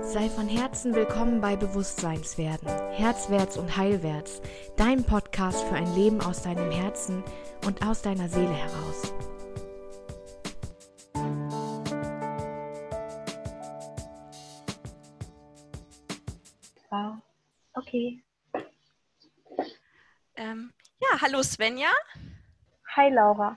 Sei von Herzen willkommen bei Bewusstseinswerden, Herzwärts und Heilwärts, dein Podcast für ein Leben aus deinem Herzen und aus deiner Seele heraus. Wow. Okay. Hallo Svenja. Hi Laura.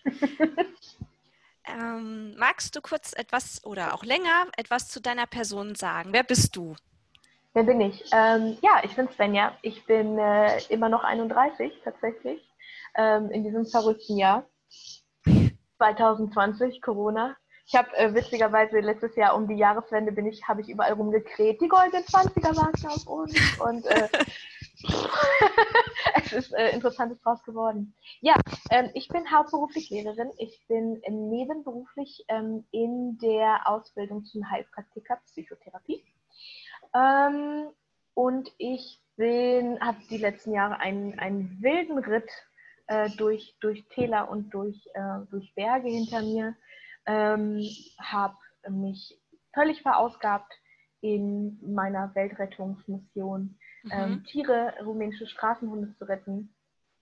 Magst du kurz etwas oder auch länger etwas zu deiner Person sagen? Wer bist du? Wer bin ich? Ich bin Svenja. Ich bin immer noch 31 tatsächlich in diesem verrückten Jahr 2020, Corona. Ich habe witzigerweise letztes Jahr um die Jahreswende habe ich überall rumgekräht. Die goldenen 20er warten auf uns und es ist Interessantes draus geworden. Ja, ich bin hauptberuflich Lehrerin. Ich bin nebenberuflich in der Ausbildung zum Heilpraktiker Psychotherapie. Und ich habe die letzten Jahre einen wilden Ritt durch Täler und durch Berge hinter mir. Habe mich völlig verausgabt in meiner Weltrettungsmission, Tiere, rumänische Straßenhunde zu retten.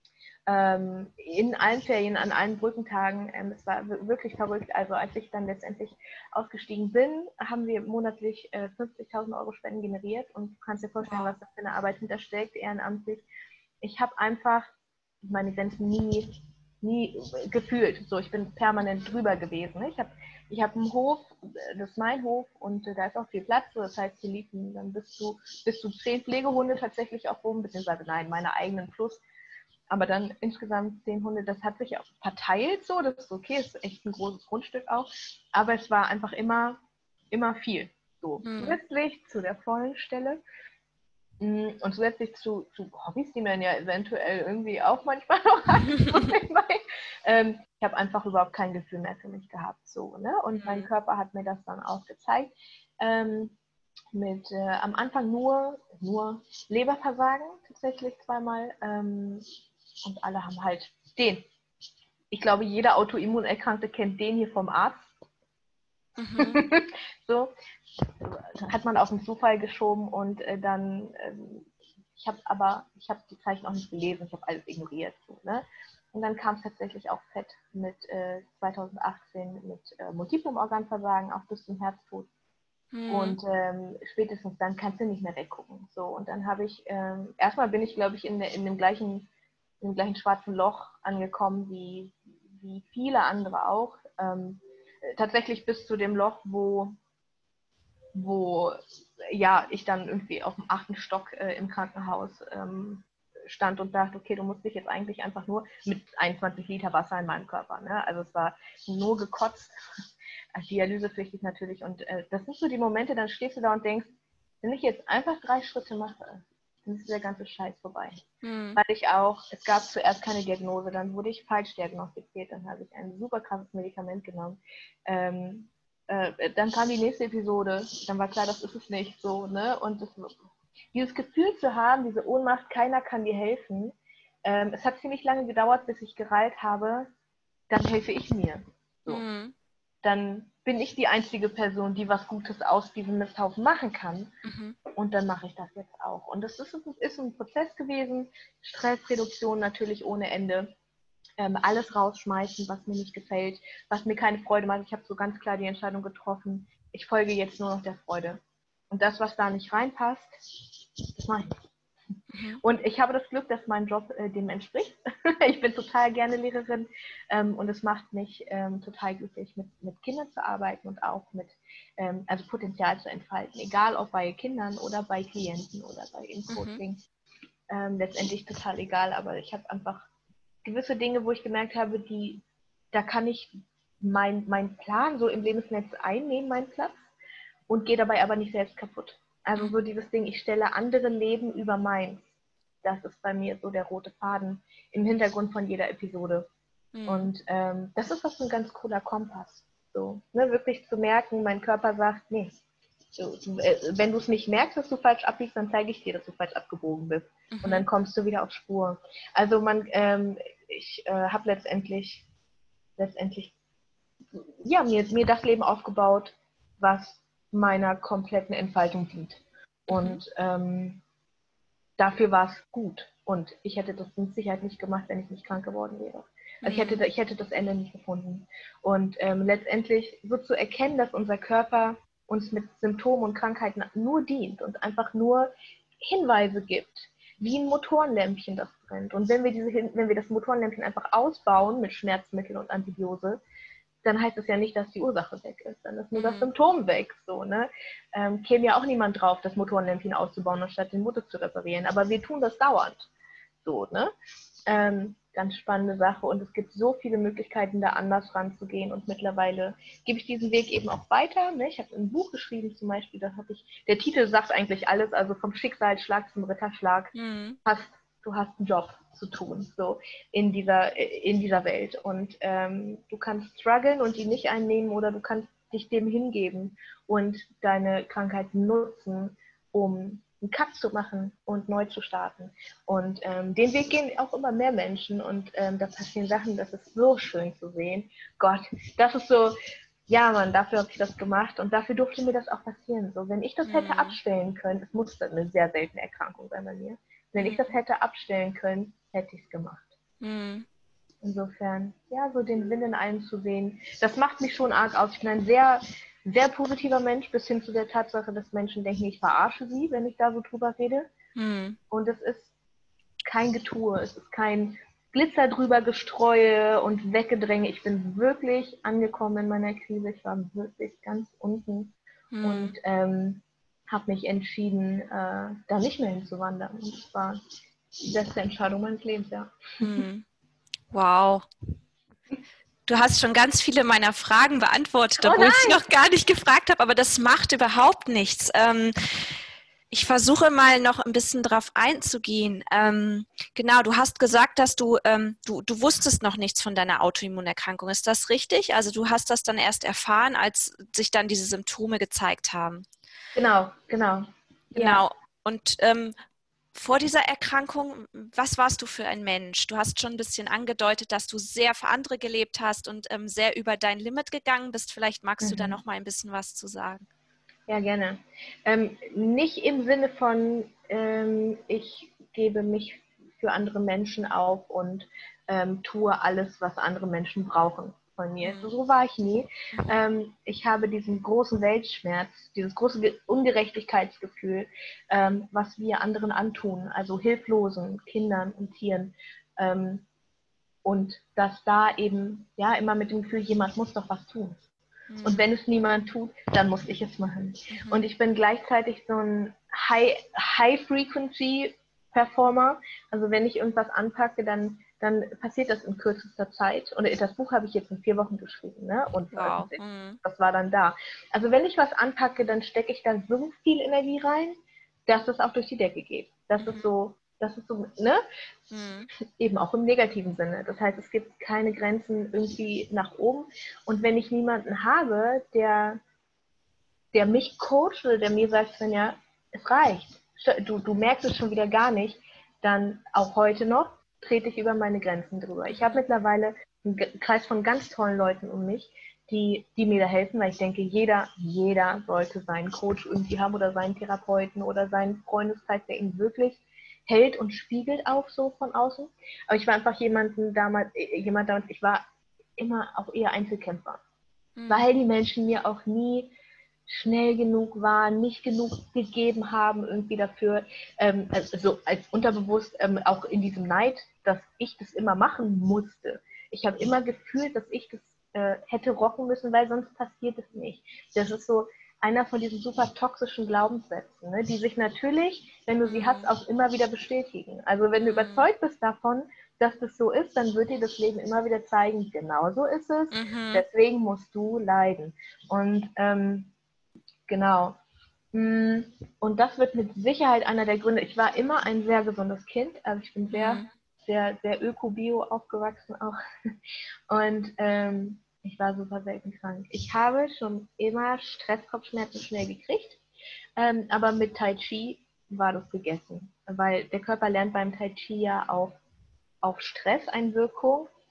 In allen Ferien, an allen Brückentagen. Es war wirklich verrückt. Also als ich dann letztendlich ausgestiegen bin, haben wir monatlich 50.000 Euro Spenden generiert. Und du kannst dir vorstellen, was da für eine Arbeit hintersteckt, ehrenamtlich. Ich habe einfach meine Grenzen nie gefühlt. So, ich bin permanent drüber gewesen. Ich hab einen Hof, das ist mein Hof, und da ist auch viel Platz. So, das heißt, hier liefen dann bis zu 10 Pflegehunde tatsächlich auch rum, beziehungsweise nein, meine eigenen plus. Aber dann insgesamt 10 Hunde, das hat sich auch verteilt so, das ist okay, ist echt ein großes Grundstück auch. Aber es war einfach immer viel. So, zusätzlich zu der vollen Stelle und zusätzlich zu Hobbys, die man ja eventuell irgendwie auch manchmal noch hat. Ich habe einfach überhaupt kein Gefühl mehr für mich gehabt. So, ne? Und mein Körper hat mir das dann auch gezeigt. Mit am Anfang nur Leberversagen, tatsächlich zweimal. Und alle haben halt den. Ich glaube, jeder Autoimmunerkrankte kennt den hier vom Arzt. So, hat man auf den Zufall geschoben und dann, ich habe die Zeichen auch nicht gelesen, ich habe alles ignoriert. So, ne? Und dann kam es tatsächlich auch fett mit 2018 mit multiplem Organversagen, auch bis zum Herztod. Und spätestens dann kannst du nicht mehr weggucken. So, und dann habe ich, erstmal bin ich, glaube ich, in dem gleichen schwarzen Loch angekommen wie viele andere auch. Tatsächlich bis zu dem Loch, wo ich dann irgendwie auf dem 8. Stock im Krankenhaus stand und dachte, okay, du musst dich jetzt eigentlich einfach nur mit 21 Liter Wasser in meinem Körper, ne? Also es war nur gekotzt, dialysepflichtig natürlich, und das sind so die Momente, dann stehst du da und denkst, wenn ich jetzt einfach 3 Schritte mache, dann ist der ganze Scheiß vorbei. Weil es gab zuerst keine Diagnose, dann wurde ich falsch diagnostiziert, dann habe ich ein super krasses Medikament genommen. Dann kam die nächste Episode, dann war klar, das ist es nicht so, ne? Und dieses Gefühl zu haben, diese Ohnmacht, keiner kann dir helfen. Es hat ziemlich lange gedauert, bis ich gereilt habe, dann helfe ich mir. So. Dann bin ich die einzige Person, die was Gutes aus diesem Misthaufen machen kann. Und dann mache ich das jetzt auch. Und das ist ein Prozess gewesen. Stressreduktion natürlich ohne Ende. Alles rausschmeißen, was mir nicht gefällt, was mir keine Freude macht. Ich habe so ganz klar die Entscheidung getroffen, ich folge jetzt nur noch der Freude. Und das, was da nicht reinpasst, das mache ich nicht. Und ich habe das Glück, dass mein Job dem entspricht. Ich bin total gerne Lehrerin und es macht mich total glücklich, mit Kindern zu arbeiten und auch also Potenzial zu entfalten, egal ob bei Kindern oder bei Klienten oder im Coaching. Letztendlich total egal, aber ich habe einfach gewisse Dinge, wo ich gemerkt habe, da kann ich meinen Plan so im Lebensnetz einnehmen, meinen Platz, und gehe dabei aber nicht selbst kaputt. Also so dieses Ding, ich stelle andere Leben über meins. Das ist bei mir so der rote Faden im Hintergrund von jeder Episode. Und das ist ein ganz cooler Kompass. So, ne, wirklich zu merken, mein Körper sagt, nee, wenn du es nicht merkst, dass du falsch abbiegst, dann zeige ich dir, dass du falsch abgebogen bist. Und dann kommst du wieder auf Spur. Also ich habe letztendlich mir das Leben aufgebaut, was meiner kompletten Entfaltung dient. Und dafür war es gut. Und ich hätte das mit Sicherheit nicht gemacht, wenn ich nicht krank geworden wäre. Also ich hätte das Ende nicht gefunden. Und letztendlich so zu erkennen, dass unser Körper uns mit Symptomen und Krankheiten nur dient und einfach nur Hinweise gibt, wie ein Motorenlämpchen, das brennt. Und wenn wir das Motorenlämpchen einfach ausbauen mit Schmerzmitteln und Antibiose, dann heißt es ja nicht, dass die Ursache weg ist. Dann ist nur das Symptom weg. So, ne? Käme ja auch niemand drauf, das Motorenlämpchen auszubauen, anstatt den Motor zu reparieren. Aber wir tun das dauernd. So, ne? Ganz spannende Sache. Und es gibt so viele Möglichkeiten, da anders ranzugehen. Und mittlerweile gebe ich diesen Weg eben auch weiter. Ne? Ich habe ein Buch geschrieben zum Beispiel. Der Titel sagt eigentlich alles. Also vom Schicksalsschlag zum Ritterschlag. Du hast einen Job zu tun, so in dieser Welt. Und du kannst strugglen und die nicht einnehmen oder du kannst dich dem hingeben und deine Krankheit nutzen, um einen Cut zu machen und neu zu starten. Und den Weg gehen auch immer mehr Menschen und da passieren Sachen, das ist so schön zu sehen. Gott, das ist so, ja Mann, dafür habe ich das gemacht und dafür durfte mir das auch passieren. So, wenn ich das hätte abstellen können, es musste eine sehr seltene Erkrankung sein bei mir, wenn ich das hätte abstellen können, hätte ich es gemacht. Insofern, ja, so den Sinn in allem zu sehen, das macht mich schon arg aus. Ich bin ein sehr, sehr positiver Mensch, bis hin zu der Tatsache, dass Menschen denken, ich verarsche sie, wenn ich da so drüber rede. Und es ist kein Getue, es ist kein Glitzer drüber gestreue und weggedränge. Ich bin wirklich angekommen in meiner Krise. Ich war wirklich ganz unten und habe mich entschieden, da nicht mehr hinzuwandern. Und das war die beste Entscheidung meines Lebens, ja. Wow. Du hast schon ganz viele meiner Fragen beantwortet, obwohl ich sie noch gar nicht gefragt habe, aber das macht überhaupt nichts. Ich versuche mal noch ein bisschen drauf einzugehen. Genau, du hast gesagt, dass du wusstest noch nichts von deiner Autoimmunerkrankung. Ist das richtig? Also du hast das dann erst erfahren, als sich dann diese Symptome gezeigt haben. Genau. Genau. Ja. Und vor dieser Erkrankung, was warst du für ein Mensch? Du hast schon ein bisschen angedeutet, dass du sehr für andere gelebt hast und sehr über dein Limit gegangen bist. Vielleicht magst du da noch mal ein bisschen was zu sagen. Ja, gerne. Nicht im Sinne von, ich gebe mich für andere Menschen auf und tue alles, was andere Menschen brauchen von mir. So war ich nie. Ich habe diesen großen Weltschmerz, dieses große Ungerechtigkeitsgefühl, was wir anderen antun, also hilflosen Kindern und Tieren. Und dass da eben, ja, immer mit dem Gefühl, jemand muss doch was tun. Und wenn es niemand tut, dann muss ich es machen. Und ich bin gleichzeitig so ein High-Frequency-Performer. Also wenn ich irgendwas anpacke, dann passiert das in kürzester Zeit. Und das Buch habe ich jetzt in 4 Wochen geschrieben, ne? Und veröffentlicht. Das war dann da. Also wenn ich was anpacke, dann stecke ich da so viel Energie rein, dass es auch durch die Decke geht. Das ist so, ne? Eben auch im negativen Sinne. Das heißt, es gibt keine Grenzen irgendwie nach oben. Und wenn ich niemanden habe, der mich coacht oder der mir sagt, Svenja, es reicht. Du merkst es schon wieder gar nicht, dann auch heute noch trete ich über meine Grenzen drüber. Ich habe mittlerweile einen Kreis von ganz tollen Leuten um mich, die mir da helfen, weil ich denke, jeder sollte seinen Coach irgendwie haben oder seinen Therapeuten oder seinen Freundeskreis, der ihn wirklich hält und spiegelt auch so von außen. Aber ich war einfach jemand damals, ich war immer auch eher Einzelkämpfer. Weil die Menschen mir auch nie schnell genug waren, nicht genug gegeben haben irgendwie dafür, also als unterbewusst auch in diesem Neid, dass ich das immer machen musste. Ich habe immer gefühlt, dass ich das hätte rocken müssen, weil sonst passiert es nicht. Das ist so einer von diesen super toxischen Glaubenssätzen, ne, die sich natürlich, wenn du sie hast, auch immer wieder bestätigen. Also wenn du überzeugt bist davon, dass das so ist, dann wird dir das Leben immer wieder zeigen, genau so ist es, deswegen musst du leiden. Und genau. Und das wird mit Sicherheit einer der Gründe. Ich war immer ein sehr gesundes Kind, also ich bin sehr, sehr öko-bio aufgewachsen auch. Und ich war super selten krank. Ich habe schon immer Stresskopfschmerzen schnell gekriegt, aber mit Tai Chi war das gegessen. Weil der Körper lernt beim Tai Chi ja auf Stresseinwirkung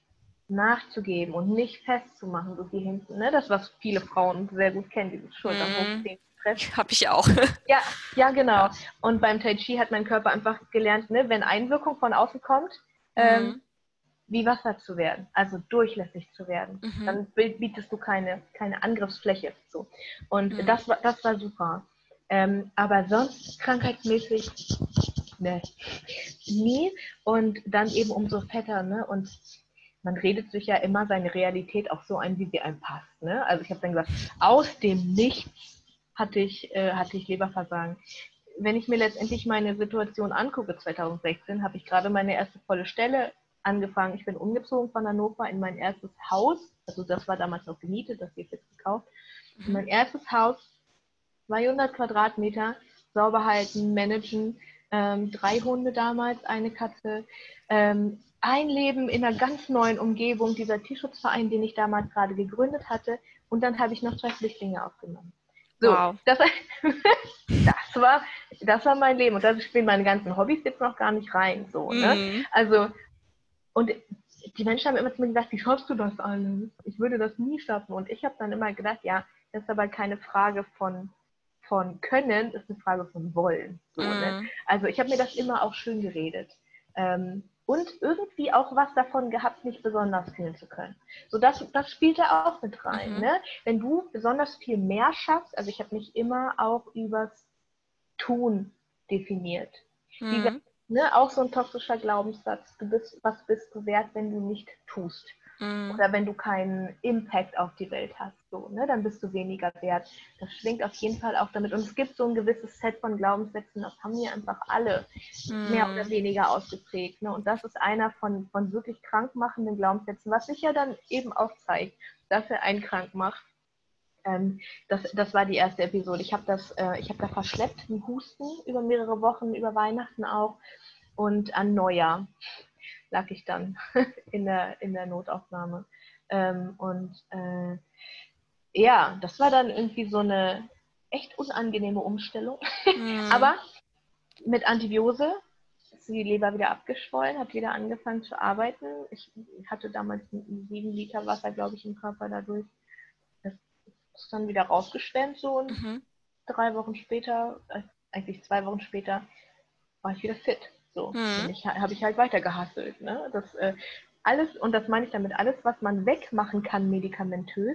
nachzugeben und nicht festzumachen, so wie hinten, ne? Das, was viele Frauen sehr gut kennen, dieses Schultern hochziehen. Habe ich auch. Ja, genau. Und beim Tai Chi hat mein Körper einfach gelernt, ne, wenn Einwirkung von außen kommt, wie Wasser zu werden, also durchlässig zu werden. Dann bietest du keine Angriffsfläche. So. Und das war super. Aber sonst krankheitsmäßig, ne, nie. Und dann eben umso fetter, ne? Und man redet sich ja immer seine Realität auch so ein, wie sie einem passt. Ne? Also ich habe dann gesagt, aus dem Nichts hatte ich Leberversagen. Wenn ich mir letztendlich meine Situation angucke, 2016, habe ich gerade meine erste volle Stelle angefangen. Ich bin umgezogen von Hannover in mein erstes Haus. Also das war damals noch gemietet, das hier ist jetzt gekauft. Mein erstes Haus, 200 Quadratmeter, sauber halten, managen, 3 Hunde damals, eine Katze, ein Leben in einer ganz neuen Umgebung, dieser Tierschutzverein, den ich damals gerade gegründet hatte. Und dann habe ich noch 2 Flüchtlinge aufgenommen. So, wow. Das war mein Leben. Und da spielen meine ganzen Hobbys jetzt noch gar nicht rein. So, ne? Also, und die Menschen haben immer zu mir gesagt, wie schaffst du das alles? Ich würde das nie schaffen. Und ich habe dann immer gedacht, ja, das ist aber keine Frage von Können, das ist eine Frage von Wollen. So, ne? Also ich habe mir das immer auch schön geredet. Und irgendwie auch was davon gehabt, nicht besonders viel zu können. So, das spielt da auch mit rein. Ne? Wenn du besonders viel mehr schaffst, also ich habe mich immer auch übers Tun definiert. Dieser, ne, auch so ein toxischer Glaubenssatz, was bist du wert, wenn du nicht tust? Oder wenn du keinen Impact auf die Welt hast, so, ne, dann bist du weniger wert. Das schwingt auf jeden Fall auch damit. Und es gibt so ein gewisses Set von Glaubenssätzen, das haben wir einfach alle mehr oder weniger ausgeprägt. Ne? Und das ist einer von wirklich krankmachenden Glaubenssätzen, was sich ja dann eben auch zeigt, dass er einen krank macht. Das war die erste Episode. Ich habe da verschleppt, einen Husten über mehrere Wochen, über Weihnachten auch. Und an Neujahr lag ich dann in der Notaufnahme. Ja, das war dann irgendwie so eine echt unangenehme Umstellung. Aber mit Antibiose ist die Leber wieder abgeschwollen, hat wieder angefangen zu arbeiten. Ich hatte damals 7 Liter Wasser, glaube ich, im Körper dadurch. Das ist dann wieder rausgeschwemmt so und 3 Wochen später, eigentlich 2 Wochen später, war ich wieder fit. So, habe ich halt weiter gehustelt. Ne? Das alles, und das meine ich damit, alles, was man wegmachen kann medikamentös,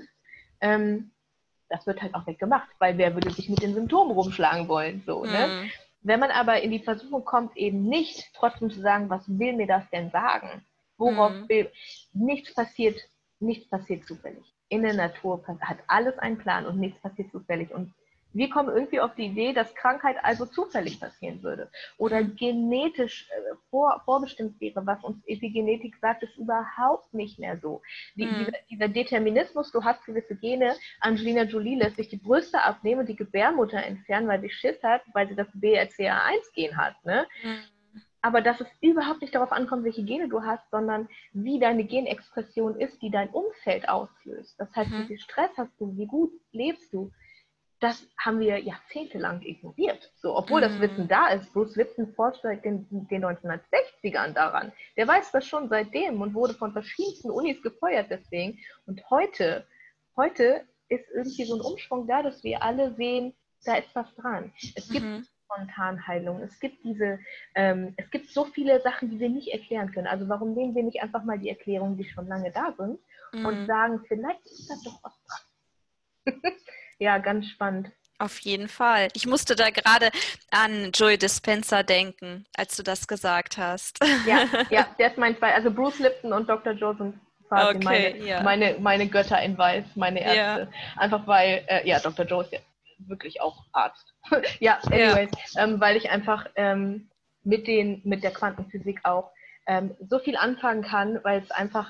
das wird halt auch weggemacht, weil wer würde sich mit den Symptomen rumschlagen wollen? So, ne? Wenn man aber in die Versuchung kommt, eben nicht trotzdem zu sagen, was will mir das denn sagen? Worauf nichts passiert zufällig. In der Natur hat alles einen Plan und nichts passiert zufällig. Und wir kommen irgendwie auf die Idee, dass Krankheit also zufällig passieren würde oder genetisch vorbestimmt wäre, was uns Epigenetik sagt, ist überhaupt nicht mehr so. Dieser Determinismus, du hast gewisse Gene, Angelina Jolie lässt sich die Brüste abnehmen und die Gebärmutter entfernen, weil sie Schiss hat, weil sie das BRCA1-Gen hat. Ne? Aber dass es überhaupt nicht darauf ankommt, welche Gene du hast, sondern wie deine Genexpression ist, die dein Umfeld auslöst. Das heißt, wie viel Stress hast du, wie gut lebst du? Das haben wir jahrzehntelang ignoriert. So, obwohl das Wissen da ist. Bruce Lipton forscht seit den 1960ern daran. Der weiß das schon seitdem und wurde von verschiedensten Unis gefeuert deswegen. Und heute ist irgendwie so ein Umschwung da, dass wir alle sehen, da ist was dran. Es gibt Spontanheilung. Es gibt es gibt so viele Sachen, die wir nicht erklären können. Also warum nehmen wir nicht einfach mal die Erklärungen, die schon lange da sind und sagen, vielleicht ist da doch was dran. Ja, ganz spannend. Auf jeden Fall. Ich musste da gerade an Joe Dispenza denken, als du das gesagt hast. Ja, der ist mein Fall. Also Bruce Lipton und Dr. Joe sind quasi meine Götter in Weiß, meine Ärzte. Ja. Einfach weil, Dr. Joe ist ja wirklich auch Arzt. Ja, anyways, weil ich einfach mit der Quantenphysik auch so viel anfangen kann, weil es einfach,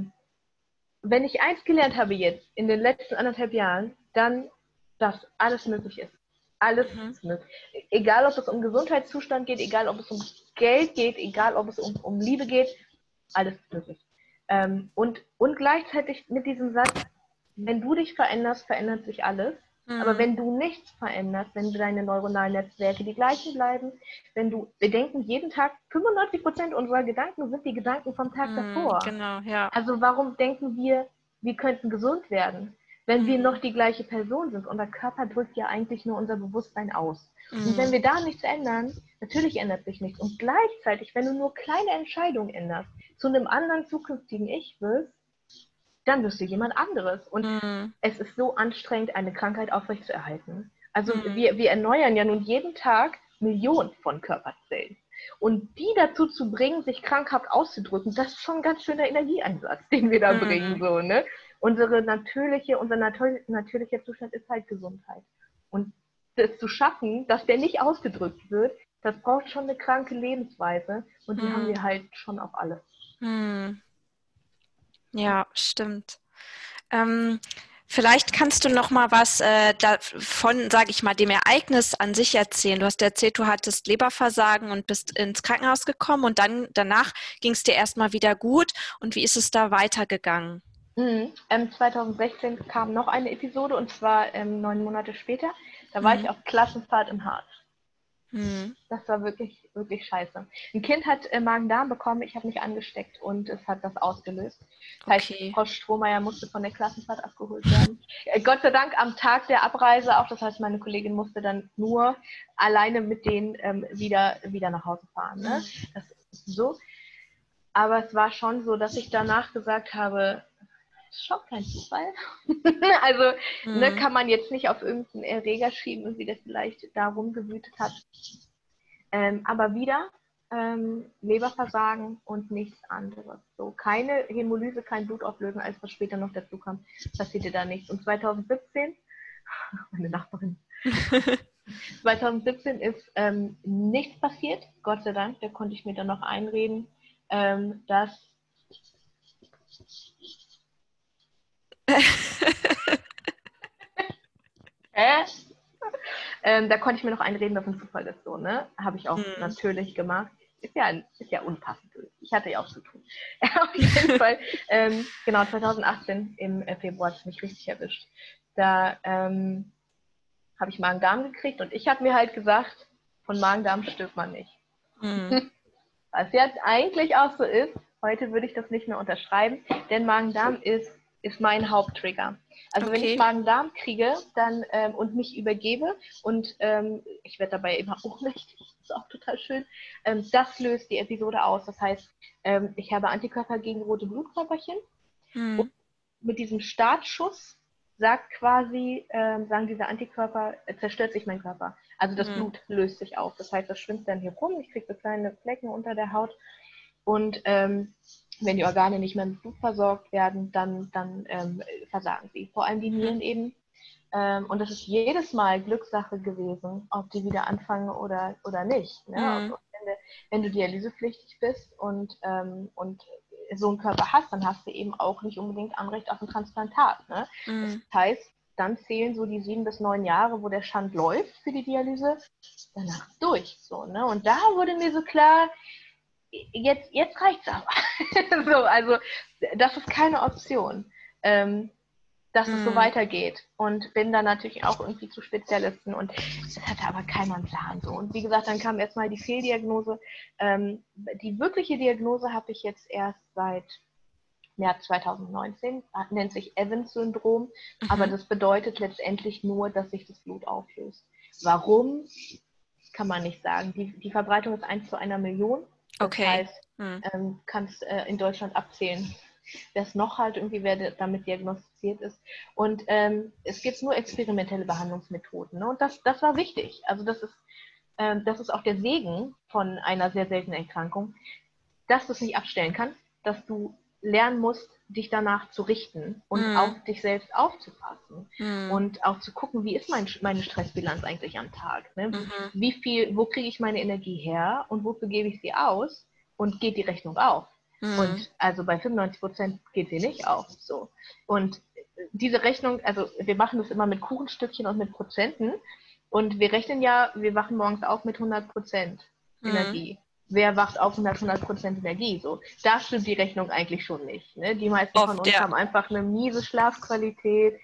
wenn ich eins gelernt habe jetzt in den letzten 1,5 Jahren, dann, dass alles möglich ist. Alles ist möglich. Egal, ob es um Gesundheitszustand geht, egal, ob es um Geld geht, egal, ob es um Liebe geht, alles ist möglich. Und gleichzeitig mit diesem Satz, wenn du dich veränderst, verändert sich alles. Aber wenn du nichts veränderst, wenn deine neuronalen Netzwerke die gleichen bleiben, wir denken jeden Tag, 95% unserer Gedanken sind die Gedanken vom Tag davor. Genau, ja. Also warum denken wir könnten gesund werden, wenn wir noch die gleiche Person sind? Unser Körper drückt ja eigentlich nur unser Bewusstsein aus. Und wenn wir da nichts ändern, natürlich ändert sich nichts. Und gleichzeitig, wenn du nur kleine Entscheidungen änderst, zu einem anderen zukünftigen Ich wirst, dann wirst du jemand anderes. Und es ist so anstrengend, eine Krankheit aufrechtzuerhalten. Also wir erneuern ja nun jeden Tag Millionen von Körperzellen. Und die dazu zu bringen, sich krankhaft auszudrücken, das ist schon ein ganz schöner Energieeinsatz, den wir da bringen. So, ne? Unser natürlicher Zustand ist halt Gesundheit. Und das zu schaffen, dass der nicht ausgedrückt wird, das braucht schon eine kranke Lebensweise. Und die haben wir halt schon auf alle. Ja, stimmt. Vielleicht kannst du noch mal was davon, sage ich mal, dem Ereignis an sich erzählen. Du hast erzählt, du hattest Leberversagen und bist ins Krankenhaus gekommen und dann danach ging es dir erstmal wieder gut. Und wie ist es da weitergegangen? 2016 kam noch eine Episode und zwar 9 Monate später. Da war ich auf Klassenfahrt im Harz. Das war wirklich, wirklich scheiße. Ein Kind hat Magen-Darm bekommen, ich habe mich angesteckt und es hat das ausgelöst. Das heißt, Frau Strohmeier musste von der Klassenfahrt abgeholt werden. Gott sei Dank am Tag der Abreise auch, das heißt, meine Kollegin musste dann nur alleine mit denen wieder nach Hause fahren. Ne? Das ist so. Aber es war schon so, dass ich danach gesagt habe, das ist schon kein Zufall. Also kann man jetzt nicht auf irgendeinen Erreger schieben und wie der vielleicht da rumgewütet hat. Aber wieder Leberversagen und nichts anderes. So, keine Hämolyse, kein Blutauflösen, als was später noch dazu kam, passierte da nichts. Und 2017, meine Nachbarin, 2017 ist nichts passiert, Gott sei Dank, da konnte ich mir dann noch einreden, dass da konnte ich mir noch einreden, dass ein Zufall ist, so, ne? Habe ich auch natürlich gemacht. Ist ja unpassend. Ich hatte ja auch zu tun. Auf jeden Fall, genau, 2018 im Februar hat es mich richtig erwischt. Da habe ich Magen-Darm gekriegt und ich habe mir halt gesagt, von Magen-Darm stirbt man nicht. Was jetzt eigentlich auch so ist, heute würde ich das nicht mehr unterschreiben, denn Magen-Darm ist mein Haupttrigger. Also wenn ich Magen-Darm kriege dann und mich übergebe und ich werde dabei immer ohnmächtig, das ist auch total schön, das löst die Episode aus. Das heißt, ich habe Antikörper gegen rote Blutkörperchen und mit diesem Startschuss sagen diese Antikörper, zerstört sich mein Körper. Also das Blut löst sich auf. Das heißt, das schwimmt dann hier rum, ich kriege so kleine Flecken unter der Haut und wenn die Organe nicht mehr mit Blut versorgt werden, dann versagen sie. Vor allem die Nieren eben. Und das ist jedes Mal Glückssache gewesen, ob die wieder anfangen oder nicht. Ne? Wenn du dialysepflichtig bist und so einen Körper hast, dann hast du eben auch nicht unbedingt Anrecht auf ein Transplantat. Ne? Das heißt, dann zählen so die 7 bis 9 Jahre, wo der Schand läuft für die Dialyse, danach durch. So, ne? Und da wurde mir so klar, jetzt reicht's aber. So, also das ist keine Option, dass es so weitergeht. Und bin dann natürlich auch irgendwie zu Spezialisten und es hatte aber keiner einen Plan. So. Und wie gesagt, dann kam erstmal die Fehldiagnose. Die wirkliche Diagnose habe ich jetzt erst seit März 2019, nennt sich Evans-Syndrom, aber das bedeutet letztendlich nur, dass sich das Blut auflöst. Warum, kann man nicht sagen. Die Verbreitung ist 1 zu 1 Million. Das heißt, kannst in Deutschland abzählen, wer es noch halt irgendwie, wer damit diagnostiziert ist. Und es gibt nur experimentelle Behandlungsmethoden. Ne? Und das war wichtig. Also das ist auch der Segen von einer sehr seltenen Erkrankung, dass du es nicht abstellen kannst, dass du lernen musst, dich danach zu richten und auf dich selbst aufzupassen und auch zu gucken, wie ist meine Stressbilanz eigentlich am Tag? Ne? Wo kriege ich meine Energie her und wofür gebe ich sie aus und geht die Rechnung auf? Und also bei 95% geht sie nicht auf. So. Und diese Rechnung, also wir machen das immer mit Kuchenstückchen und mit Prozenten und wir rechnen ja, wir wachen morgens auf mit 100% Energie. Wer wacht auf und hat 100% Energie? So, da stimmt die Rechnung eigentlich schon nicht. Ne? Die meisten von uns haben einfach eine miese Schlafqualität.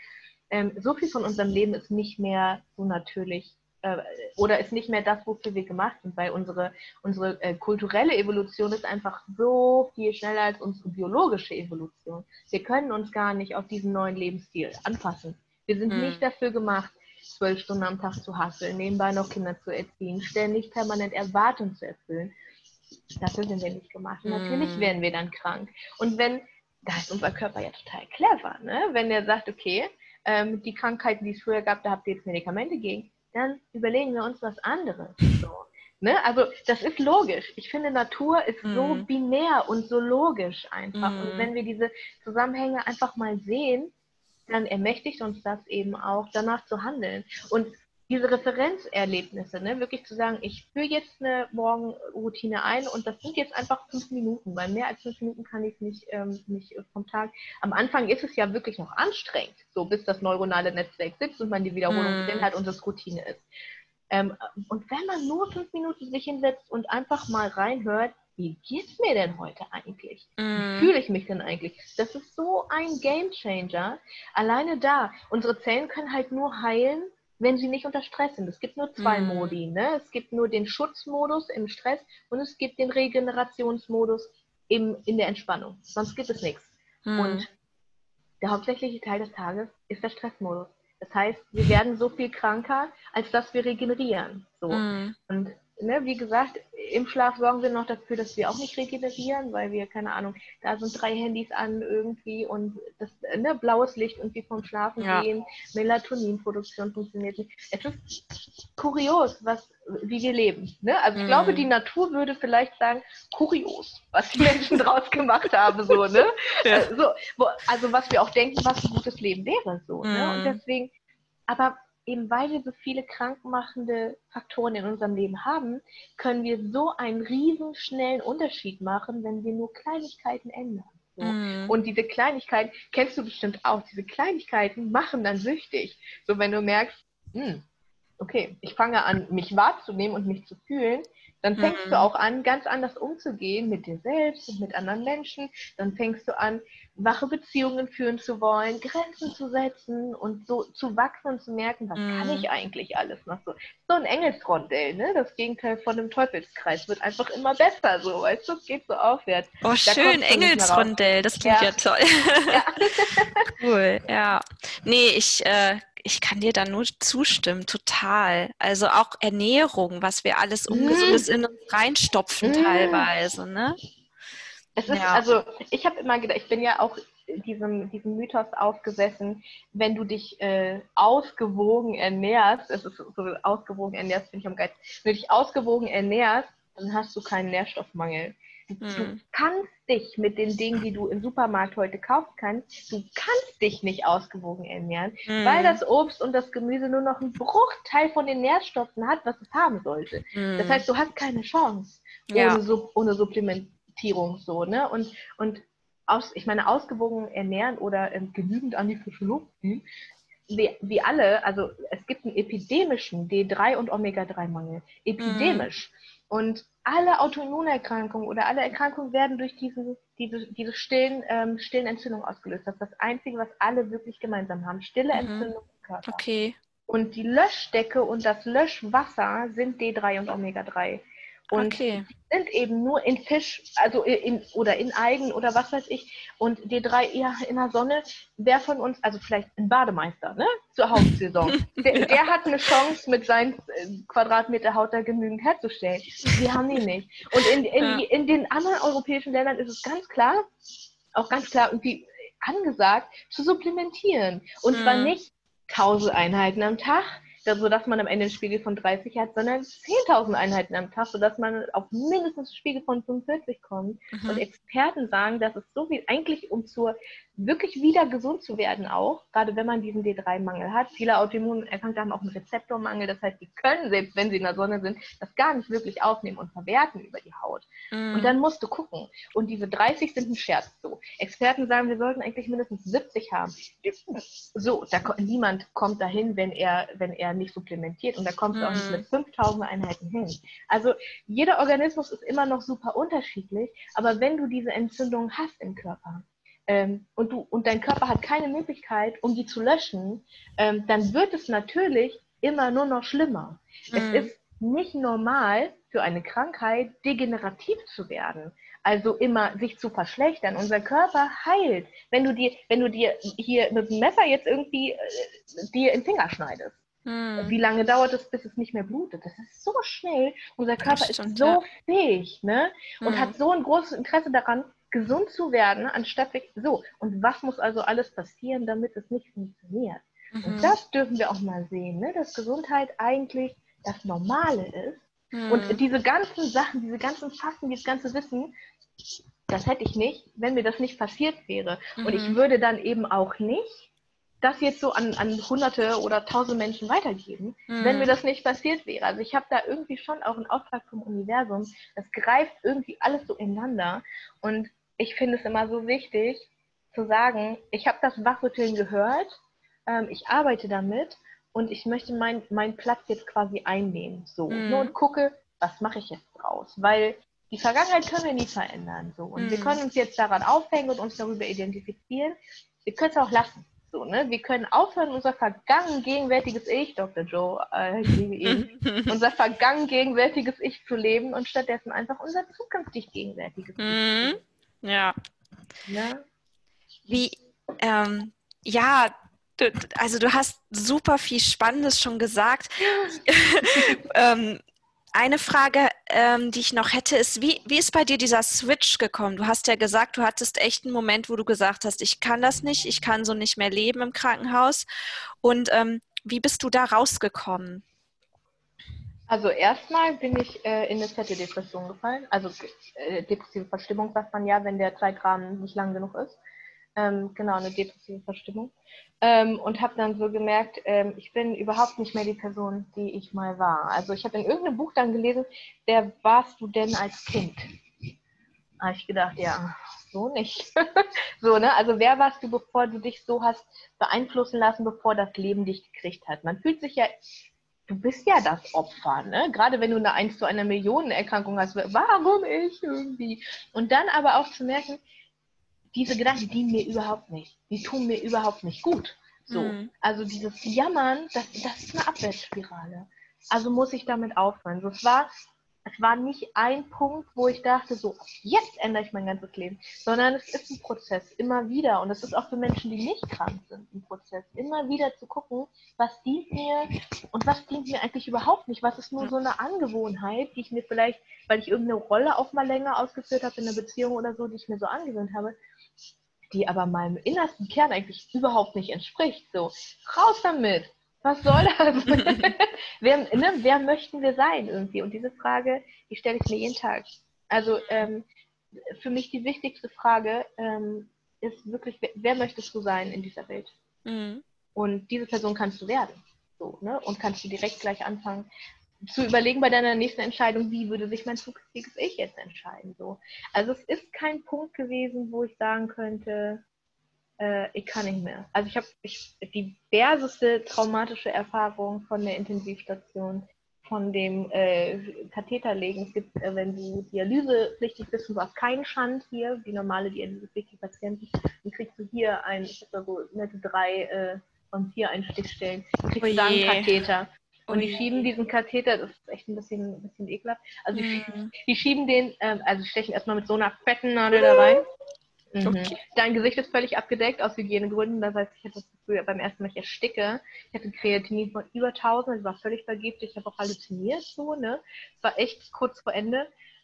so viel von unserem Leben ist nicht mehr so natürlich oder ist nicht mehr das, wofür wir gemacht sind, weil unsere kulturelle Evolution ist einfach so viel schneller als unsere biologische Evolution. Wir können uns gar nicht auf diesen neuen Lebensstil anpassen. Wir sind nicht dafür gemacht, 12 Stunden am Tag zu hustlen, nebenbei noch Kinder zu erziehen, ständig permanent Erwartungen zu erfüllen. Dafür sind wir nicht gemacht. Natürlich werden wir dann krank. Und da ist unser Körper ja total clever, ne? Wenn er sagt, okay, die Krankheiten, die es früher gab, da habt ihr jetzt Medikamente gegen, dann überlegen wir uns was anderes. So, ne? Also das ist logisch. Ich finde, Natur ist so binär und so logisch einfach. Und wenn wir diese Zusammenhänge einfach mal sehen, dann ermächtigt uns das eben auch, danach zu handeln. Und diese Referenzerlebnisse, ne, wirklich zu sagen, ich führe jetzt eine Morgenroutine ein und das sind jetzt einfach 5 Minuten, weil mehr als 5 Minuten kann ich nicht vom Tag. Am Anfang ist es ja wirklich noch anstrengend, so bis das neuronale Netzwerk sitzt und man die Wiederholung drin hat und das Routine ist. Und wenn man nur 5 Minuten sich hinsetzt und einfach mal reinhört, wie geht's mir denn heute eigentlich? Wie fühle ich mich denn eigentlich? Das ist so ein Gamechanger. Alleine da, unsere Zellen können halt nur heilen, wenn sie nicht unter Stress sind. Es gibt nur 2 Modi. Ne? Es gibt nur den Schutzmodus im Stress und es gibt den Regenerationsmodus in der Entspannung. Sonst gibt es nichts. Und der hauptsächliche Teil des Tages ist der Stressmodus. Das heißt, wir werden so viel kranker, als dass wir regenerieren. So. Und ne, wie gesagt, im Schlaf sorgen wir noch dafür, dass wir auch nicht regenerieren, weil wir, keine Ahnung, da sind 3 Handys an irgendwie und das blaues Licht irgendwie vom Schlafen gehen, Melatoninproduktion funktioniert nicht. Es ist kurios, wie wir leben. Ne? Also ich glaube, die Natur würde vielleicht sagen, kurios, was die Menschen draus gemacht haben. So, ne? Also was wir auch denken, was ein gutes Leben wäre. So, ne? Und deswegen, aber eben weil wir so viele krankmachende Faktoren in unserem Leben haben, können wir so einen riesen schnellen Unterschied machen, wenn wir nur Kleinigkeiten ändern. So. Und diese Kleinigkeiten, kennst du bestimmt auch, diese Kleinigkeiten machen dann süchtig. So wenn du merkst, okay, ich fange an, mich wahrzunehmen und mich zu fühlen, dann fängst du auch an, ganz anders umzugehen mit dir selbst und mit anderen Menschen. Dann fängst du an, wache Beziehungen führen zu wollen, Grenzen zu setzen und so zu wachsen und zu merken, was kann ich eigentlich alles noch so. So ein Engelsrondell, ne? Das Gegenteil von einem Teufelskreis wird einfach immer besser, so, weißt du, es geht so aufwärts. Oh, schön, Engelsrondell, das klingt ja toll. Ja. Cool, ja. Nee, ich kann dir da nur zustimmen, total. Also auch Ernährung, was wir alles Ungesundes in uns reinstopfen teilweise, ne? Es ist, also ich habe immer gedacht, ich bin ja auch diesem Mythos aufgesessen, wenn du dich ausgewogen ernährst, es ist so ausgewogen ernährst, finde ich am geilsten, wenn du dich ausgewogen ernährst, dann hast du keinen Nährstoffmangel. Du kannst dich mit den Dingen, die du im Supermarkt heute kaufen kannst, du kannst dich nicht ausgewogen ernähren, weil das Obst und das Gemüse nur noch einen Bruchteil von den Nährstoffen hat, was es haben sollte. Das heißt, du hast keine Chance ohne Supplementierung so, ne? Und ich meine, ausgewogen ernähren oder genügend an die frische Luft ziehen, wie alle, also es gibt einen epidemischen D3 und Omega-3-Mangel. Epidemisch. Und alle Autoimmunerkrankungen oder alle Erkrankungen werden durch diese stillen Entzündungen ausgelöst. Das ist das Einzige, was alle wirklich gemeinsam haben. Stille Entzündung im Körper. Okay. Und die Löschdecke und das Löschwasser sind D3 und Omega-3. Und die sind eben nur in Fisch, also oder in Algen oder was weiß ich. Und D3 eher in der Sonne. Wer von uns, also vielleicht ein Bademeister, ne? Zur Hauptsaison, der hat eine Chance, mit seinen Quadratmeter Haut da genügend herzustellen. Wir haben die nicht. Und in den anderen europäischen Ländern ist es ganz klar, auch ganz klar irgendwie angesagt, zu supplementieren. Und zwar nicht 1000 Einheiten am Tag, sodass man am Ende einen Spiegel von 30 hat, sondern 10.000 Einheiten am Tag, sodass man auf mindestens einen Spiegel von 45 kommt. Und Experten sagen, dass es so viel, eigentlich um wirklich wieder gesund zu werden auch, gerade wenn man diesen D3-Mangel hat. Viele Autoimmunerkrankte haben auch einen Rezeptormangel, das heißt, die können, selbst wenn sie in der Sonne sind, das gar nicht wirklich aufnehmen und verwerten über die Haut. Und dann musst du gucken. Und diese 30 sind ein Scherz so. Experten sagen, wir sollten eigentlich mindestens 70 haben. So, niemand kommt dahin, wenn er nicht supplementiert. Und da kommst du auch nicht mit 5.000 Einheiten hin. Also jeder Organismus ist immer noch super unterschiedlich, aber wenn du diese Entzündung hast im Körper, und dein Körper hat keine Möglichkeit, um die zu löschen, dann wird es natürlich immer nur noch schlimmer. Es ist nicht normal für eine Krankheit degenerativ zu werden, also immer sich zu verschlechtern. Unser Körper heilt. Wenn du dir hier mit dem Messer jetzt irgendwie dir in den Finger schneidest, wie lange dauert es, bis es nicht mehr blutet? Das ist so schnell. Unser Körper ist so fähig, ne? Und hat so ein großes Interesse daran, gesund zu werden, anstatt so. Und was muss also alles passieren, damit es nicht funktioniert? Und das dürfen wir auch mal sehen, ne? Dass Gesundheit eigentlich das Normale ist. Und diese ganzen Sachen, diese ganzen Fakten, dieses ganze Wissen, das hätte ich nicht, wenn mir das nicht passiert wäre. Und ich würde dann eben auch nicht das jetzt so an Hunderte oder Tausend Menschen weitergeben, wenn mir das nicht passiert wäre. Also ich habe da irgendwie schon auch einen Auftrag vom Universum. Das greift irgendwie alles so ineinander. Und ich finde es immer so wichtig zu sagen, ich habe das Wachrütteln gehört, ich arbeite damit und ich möchte meinen Platz jetzt quasi einnehmen. So, und gucke, was mache ich jetzt draus? Weil die Vergangenheit können wir nie verändern. So. Und wir können uns jetzt daran aufhängen und uns darüber identifizieren. Wir können es auch lassen. So, ne? Wir können aufhören, unser gegenwärtiges Ich, Dr. Joe, ich liebe ihn, unser gegenwärtiges Ich zu leben und stattdessen einfach unser zukünftig gegenwärtiges Ich zu leben. Ja. Ne? Wie, ja, du hast super viel Spannendes schon gesagt. Eine Frage, die ich noch hätte, ist, wie ist bei dir dieser Switch gekommen? Du hast ja gesagt, du hattest echt einen Moment, wo du gesagt hast, ich kann das nicht, ich kann so nicht mehr leben im Krankenhaus. Und wie bist du da rausgekommen? Also erstmal bin ich in eine fette Depression gefallen. Also depressive Verstimmung sagt man ja, wenn der Zeitrahmen nicht lang genug ist. Genau, eine depressive Verstimmung. Und habe dann so gemerkt, ich bin überhaupt nicht mehr die Person, die ich mal war. Also ich habe in irgendeinem Buch dann gelesen, wer warst du denn als Kind? Da habe ich gedacht, ja, so nicht. So, ne? Also wer warst du, bevor du dich so hast beeinflussen lassen, bevor das Leben dich gekriegt hat? Man fühlt sich ja, du bist ja das Opfer, ne? Gerade wenn du eine 1:1 Million Erkrankung hast, warum ich irgendwie? Und dann aber auch zu merken, diese Gedanken dienen mir überhaupt nicht. Die tun mir überhaupt nicht gut. So. Also dieses Jammern, das ist eine Abwärtsspirale. Also muss ich damit aufhören. So, es war nicht ein Punkt, wo ich dachte, so, jetzt ändere ich mein ganzes Leben, sondern es ist ein Prozess, immer wieder. Und es ist auch für Menschen, die nicht krank sind, ein Prozess, immer wieder zu gucken, was dient mir und was dient mir eigentlich überhaupt nicht. Was ist nur so eine Angewohnheit, die ich mir vielleicht, weil ich irgendeine Rolle auch mal länger ausgeführt habe in einer Beziehung oder so, die ich mir so angewöhnt habe, die aber meinem innersten Kern eigentlich überhaupt nicht entspricht. So, raus damit! Was soll das? Wer möchten wir sein irgendwie? Und diese Frage, die stelle ich mir jeden Tag. Also für mich die wichtigste Frage ist wirklich, wer möchtest du sein in dieser Welt? Und diese Person kannst du werden. So, ne? Und kannst du direkt gleich anfangen zu überlegen bei deiner nächsten Entscheidung, wie würde sich mein zukünftiges Ich jetzt entscheiden. So. Also es ist kein Punkt gewesen, wo ich sagen könnte, ich kann nicht mehr. Also ich habe die diverseste traumatische Erfahrung von der Intensivstation, von dem Katheterlegen. Es gibt, wenn du dialysepflichtig bist und du hast keinen Schand hier, die normale dialysepflichtige Patienten, dann kriegst du hier ich habe da so nette 3 von 4 Einstichstellen, dann kriegst du da einen Katheter. Und die schieben diesen Katheter, das ist echt ein bisschen ekelhaft, also die schieben den, also stechen erstmal mit so einer fetten Nadel da rein. Okay. Dein Gesicht ist völlig abgedeckt aus Hygienegründen, das heißt, ich hatte das Gefühl, beim ersten Mal, ich ersticke. Ich hatte Kreatinin von über 1000, ich war völlig vergiftet, ich habe auch halluziniert, so, ne? Es war echt kurz vor Ende.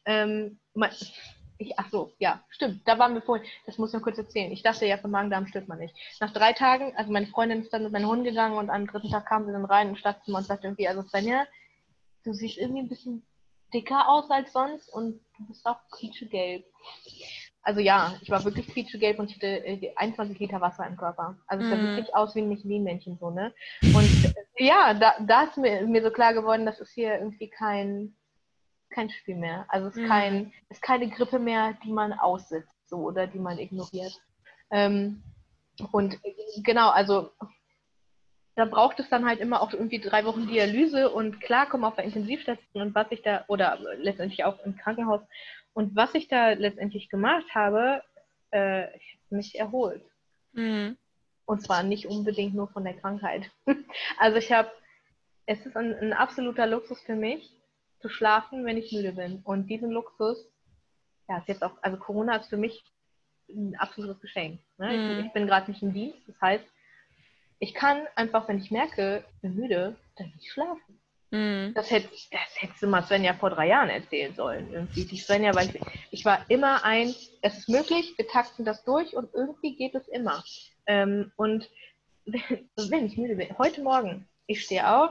Ach so, ja, stimmt, da waren wir vorhin, das muss ich noch kurz erzählen. Ich dachte ja, von Magen-Darm stirbt man nicht. Nach 3 Tagen, also meine Freundin ist dann mit meinem Hund gegangen und am 3. Tag kam sie dann rein ins Schlafzimmer und sagte irgendwie, also Svenja, du siehst irgendwie ein bisschen dicker aus als sonst und du bist auch quietschegelb. Also ja, ich war wirklich quietschegelb und ich hatte 21 Liter Wasser im Körper. Also es sah wirklich aus wie ein Michelin-Männchen so, ne? Und ja, da ist mir so klar geworden, das ist hier irgendwie kein Spiel mehr. Also es ist keine Grippe mehr, die man aussitzt so oder die man ignoriert. Und genau, also da braucht es dann halt immer auch irgendwie 3 Wochen Dialyse und klarkommen auf der Intensivstation und was ich da, oder letztendlich auch im Krankenhaus. Und was ich da letztendlich gemacht habe, ich mich erholt. Mhm. Und zwar nicht unbedingt nur von der Krankheit. Also es ist ein absoluter Luxus für mich, zu schlafen, wenn ich müde bin. Und diesen Luxus, ja, ist jetzt auch, also Corona ist für mich ein absolutes Geschenk. Ne? Mhm. Ich bin gerade nicht im Dienst, das heißt, ich kann einfach, wenn ich merke, ich bin müde, dann nicht schlafen. Mhm. Das hättest du mal Svenja vor 3 Jahren erzählen sollen. Irgendwie. Die Svenja, weil ich war immer es ist möglich, wir takten das durch und irgendwie geht es immer. Und wenn ich müde bin, heute Morgen, ich stehe auf,